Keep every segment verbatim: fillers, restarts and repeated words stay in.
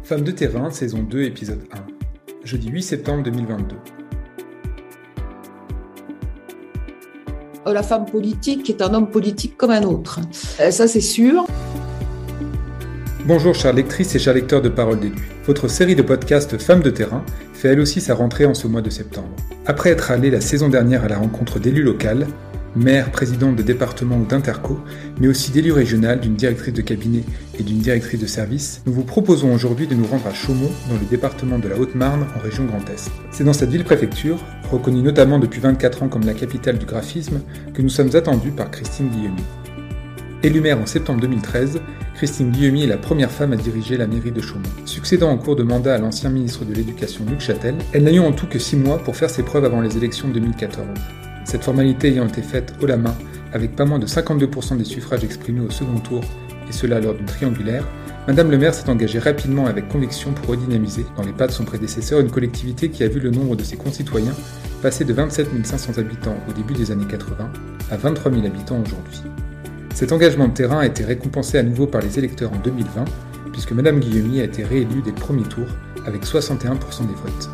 Femmes de terrain, saison deux, épisode un. Jeudi huit septembre deux mille vingt-deux. La femme politique est un homme politique comme un autre. Ça, c'est sûr. Bonjour chères lectrices et chers lecteurs de Parole d'élus. Votre série de podcasts Femmes de terrain fait elle aussi sa rentrée en ce mois de septembre. Après être allée la saison dernière à la rencontre d'élus locales, maires, présidentes de départements ou d'interco, mais aussi d'élus régionales, d'une directrice de cabinet et d'une directrice de service, nous vous proposons aujourd'hui de nous rendre à Chaumont, dans le département de la Haute-Marne, en région Grand Est. C'est dans cette ville-préfecture, reconnue notamment depuis vingt-quatre ans comme la capitale du graphisme, que nous sommes attendus par Christine Guillemy. Élue maire en septembre deux mille treize, Christine Guillemy est la première femme à diriger la mairie de Chaumont. Succédant en cours de mandat à l'ancien ministre de l'Éducation Luc Chatel, elle n'a eu en tout que six mois pour faire ses preuves avant les élections de deux mille quatorze. Cette formalité ayant été faite haut la main, avec pas moins de cinquante-deux pour cent des suffrages exprimés au second tour, et cela lors d'une triangulaire, Madame le maire s'est engagée rapidement et avec conviction pour redynamiser, dans les pas de son prédécesseur, une collectivité qui a vu le nombre de ses concitoyens passer de vingt-sept mille cinq cents habitants au début des années quatre-vingts à vingt-trois mille habitants aujourd'hui. Cet engagement de terrain a été récompensé à nouveau par les électeurs en deux mille vingt, puisque Madame Guillemy a été réélue dès le premier tour, avec soixante et un pour cent des votes.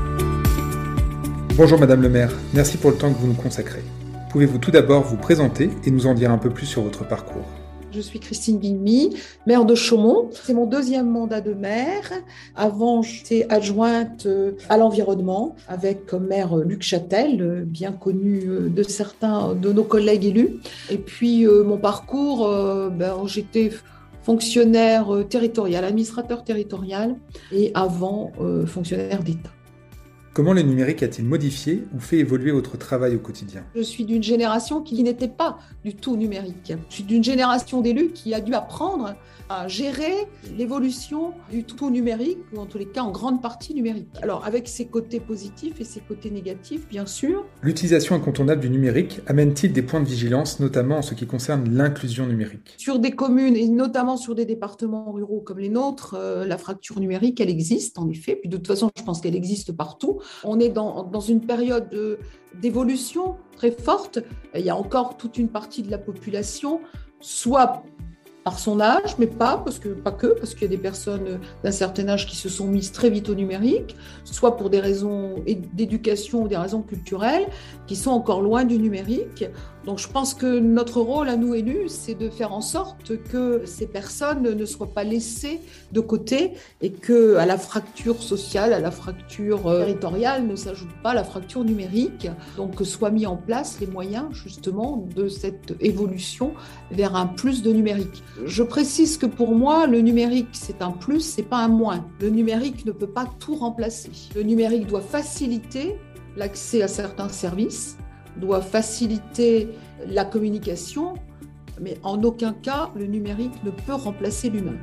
Bonjour Madame le maire, merci pour le temps que vous nous consacrez. Pouvez-vous tout d'abord vous présenter et nous en dire un peu plus sur votre parcours ? Je suis Christine Guillemy, maire de Chaumont. C'est mon deuxième mandat de maire. Avant, j'étais adjointe à l'environnement avec comme maire Luc Chatel, bien connu de certains de nos collègues élus. Et puis, mon parcours, ben, j'étais fonctionnaire territorial, administrateur territorial et avant, fonctionnaire d'État. Comment le numérique a-t-il modifié ou fait évoluer votre travail au quotidien ? Je suis d'une génération qui n'était pas du tout numérique. Je suis d'une génération d'élus qui a dû apprendre à gérer l'évolution du tout numérique, ou en tous les cas en grande partie numérique. Alors avec ses côtés positifs et ses côtés négatifs, bien sûr. L'utilisation incontournable du numérique amène-t-il des points de vigilance, notamment en ce qui concerne l'inclusion numérique ? Sur des communes et notamment sur des départements ruraux comme les nôtres, euh, la fracture numérique, elle existe en effet. Puis de toute façon, je pense qu'elle existe partout. On est dans, dans une période de, d'évolution très forte. Il y a encore toute une partie de la population, soit par son âge, mais pas, parce que, pas que, parce qu'il y a des personnes d'un certain âge qui se sont mises très vite au numérique, soit pour des raisons d'éducation ou des raisons culturelles, qui sont encore loin du numérique. Donc je pense que notre rôle à nous élus, c'est de faire en sorte que ces personnes ne soient pas laissées de côté et qu'à la fracture sociale, à la fracture territoriale ne s'ajoute pas la fracture numérique. Donc que soient mis en place les moyens justement de cette évolution vers un plus de numérique. Je précise que pour moi, le numérique, c'est un plus, c'est pas un moins. Le numérique ne peut pas tout remplacer. Le numérique doit faciliter l'accès à certains services, doit faciliter la communication, mais en aucun cas, le numérique ne peut remplacer l'humain.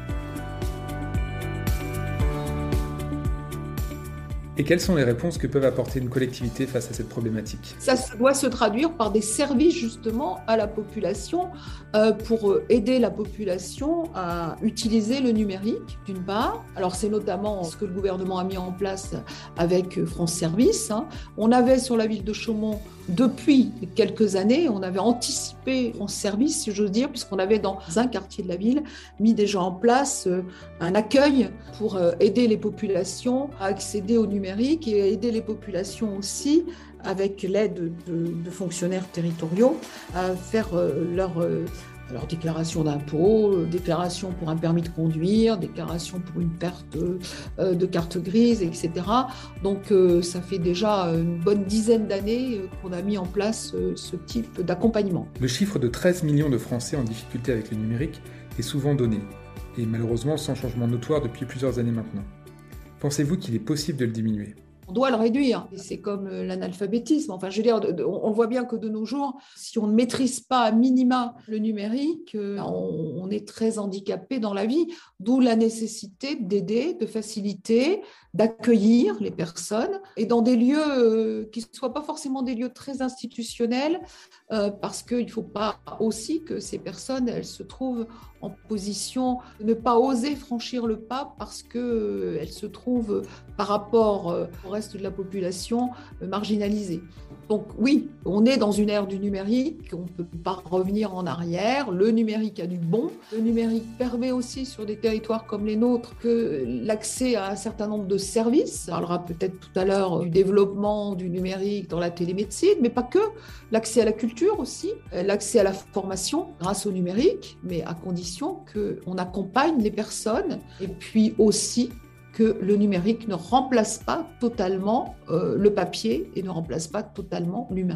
Et quelles sont les réponses que peuvent apporter une collectivité face à cette problématique ? Ça doit se traduire par des services justement à la population euh, pour aider la population à utiliser le numérique d'une part. Alors c'est notamment ce que le gouvernement a mis en place avec France Service. Hein. On avait sur la ville de Chaumont depuis quelques années, on avait anticipé France Service, si j'ose dire, puisqu'on avait dans un quartier de la ville mis déjà en place euh, un accueil pour euh, aider les populations à accéder au numérique et aider les populations aussi, avec l'aide de, de fonctionnaires territoriaux, à faire euh, leur, euh, leur déclaration d'impôt, euh, déclaration pour un permis de conduire, déclaration pour une perte euh, de carte grise, et cetera. Donc euh, ça fait déjà une bonne dizaine d'années euh, qu'on a mis en place euh, ce type d'accompagnement. Le chiffre de treize millions de Français en difficulté avec le numérique est souvent donné, et malheureusement sans changement notoire depuis plusieurs années maintenant. Pensez-vous qu'il est possible de le diminuer ? On doit le réduire. C'est comme l'analphabétisme. Enfin, je veux dire, on voit bien que de nos jours, si on ne maîtrise pas à minima le numérique, on est très handicapé dans la vie. D'où la nécessité d'aider, de faciliter, d'accueillir les personnes et dans des lieux qui ne soient pas forcément des lieux très institutionnels, parce qu'il ne faut pas aussi que ces personnes, elles se trouvent en position de ne pas oser franchir le pas parce qu'elles se trouvent par rapport au reste de la population marginalisées. Donc oui, on est dans une ère du numérique, on ne peut pas revenir en arrière. Le numérique a du bon. Le numérique permet aussi sur des territoires comme les nôtres que l'accès à un certain nombre de services. On parlera peut-être tout à l'heure du développement du numérique dans la télémédecine, mais pas que. L'accès à la culture aussi, l'accès à la formation grâce au numérique, mais à condition qu'on accompagne les personnes et puis aussi que le numérique ne remplace pas totalement euh, le papier et ne remplace pas totalement l'humain.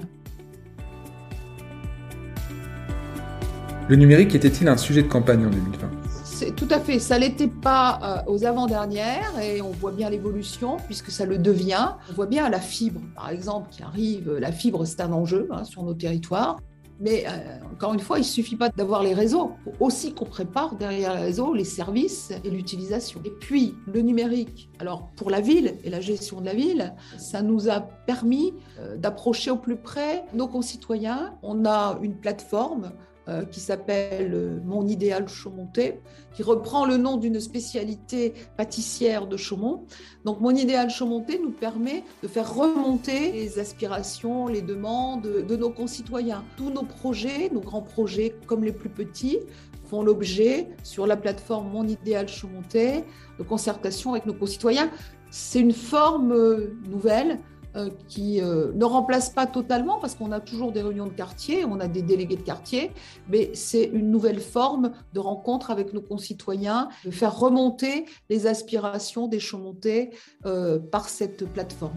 Le numérique était-il un sujet de campagne en deux mille vingt ? C'est, tout à fait, ça ne l'était pas euh, aux avant-dernières et on voit bien l'évolution puisque ça le devient. On voit bien la fibre, par exemple, qui arrive. La fibre, c'est un enjeu hein, sur nos territoires. Mais euh, encore une fois, il ne suffit pas d'avoir les réseaux. Il faut aussi qu'on prépare derrière les réseaux les services et l'utilisation. Et puis, le numérique, alors pour la ville et la gestion de la ville, ça nous a permis euh, d'approcher au plus près nos concitoyens. On a une plateforme euh, qui s'appelle euh, Mon Idéal Chaumontais, qui reprend le nom d'une spécialité pâtissière de Chaumont. Donc, Mon Idéal Chaumontais nous permet de faire remonter les aspirations, les demandes de nos concitoyens. Tous nos projets, nos grands projets comme les plus petits, font l'objet sur la plateforme Mon Idéal Chaumontais de concertation avec nos concitoyens. C'est une forme nouvelle euh, qui euh, ne remplace pas totalement, parce qu'on a toujours des réunions de quartier, on a des délégués de quartier, mais c'est une nouvelle forme de rencontre avec nos concitoyens, de faire remonter les aspirations des Chaumontais euh, par cette plateforme.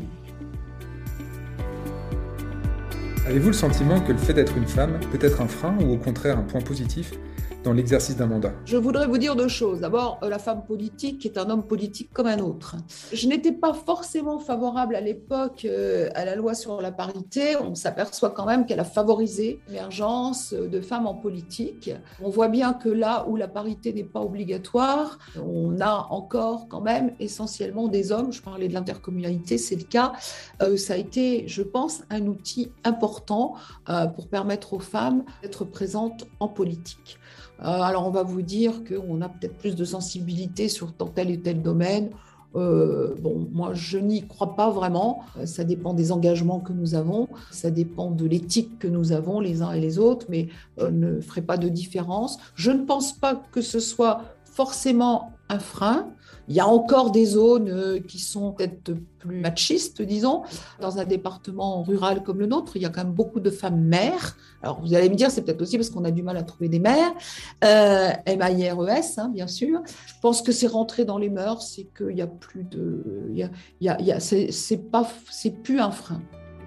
Avez-vous le sentiment que le fait d'être une femme peut être un frein ou au contraire un point positif dans l'exercice d'un mandat ? Je voudrais vous dire deux choses. D'abord, la femme politique est un homme politique comme un autre. Je n'étais pas forcément favorable à l'époque euh, à la loi sur la parité. On s'aperçoit quand même qu'elle a favorisé l'émergence de femmes en politique. On voit bien que là où la parité n'est pas obligatoire, on a encore quand même essentiellement des hommes. Je parlais de l'intercommunalité, c'est le cas. Euh, ça a été, je pense, un outil important euh, pour permettre aux femmes d'être présentes en politique. Euh, alors, on va vous dire qu'on a peut-être plus de sensibilité sur tel et tel domaine. Euh, bon, moi, je n'y crois pas vraiment. Ça dépend des engagements que nous avons, ça dépend de l'éthique que nous avons les uns et les autres, mais euh, ne ferai pas de différence. Je ne pense pas que ce soit forcément un frein. Il y a encore des zones qui sont peut-être plus machistes, disons. Dans un département rural comme le nôtre, il y a quand même beaucoup de femmes mères. Alors, vous allez me dire, c'est peut-être aussi parce qu'on a du mal à trouver des mères. Euh, M A I R E S, hein, bien sûr. Je pense que c'est rentré dans les mœurs, c'est qu'il n'y a plus de... Il y a, il y a, il y a, c'est, c'est, pas, c'est plus un frein.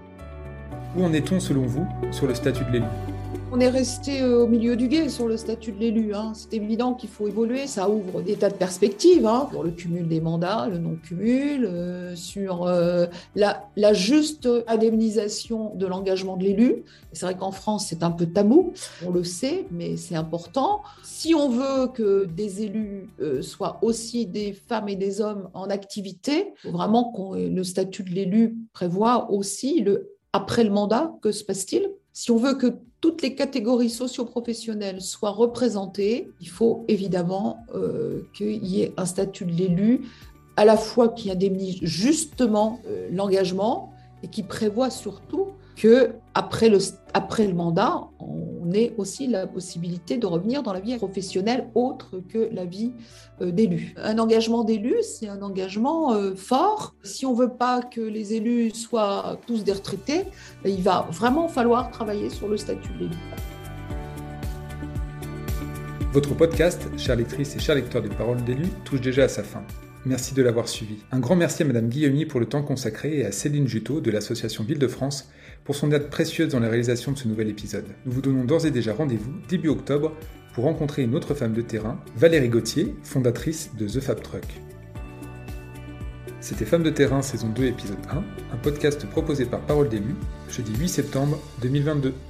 Où en est-on, selon vous, sur le statut de l'élu ? On est resté au milieu du gué sur le statut de l'élu. Hein. C'est évident qu'il faut évoluer. Ça ouvre des tas de perspectives hein, pour le cumul des mandats, le non-cumul, euh, sur euh, la, la juste indemnisation de l'engagement de l'élu. C'est vrai qu'en France, c'est un peu tabou. On le sait, mais c'est important. Si on veut que des élus euh, soient aussi des femmes et des hommes en activité, il faut vraiment que le statut de l'élu prévoit aussi le après le mandat. Que se passe-t-il ? Si on veut que toutes les catégories socio-professionnelles soient représentées, il faut évidemment euh, qu'il y ait un statut de l'élu à la fois qui indemnise justement euh, l'engagement et qui prévoit surtout qu'après le, après le mandat, on ait aussi la possibilité de revenir dans la vie professionnelle autre que la vie euh, d'élu. Un engagement d'élu, c'est un engagement euh, fort. Si on ne veut pas que les élus soient tous des retraités, il va vraiment falloir travailler sur le statut de l'élu. Votre podcast, chères lectrices et chers lecteurs de Paroles d'élus, touche déjà à sa fin. Merci de l'avoir suivi. Un grand merci à Madame Guillaumy pour le temps consacré et à Céline Juteau de l'association Ville de France pour son aide précieuse dans la réalisation de ce nouvel épisode. Nous vous donnons d'ores et déjà rendez-vous début octobre pour rencontrer une autre femme de terrain, Valérie Gauthier, fondatrice de The Fab Truck. C'était Femmes de terrain saison deux épisode un, un podcast proposé par Paroles d'élus, jeudi huit septembre deux mille vingt-deux.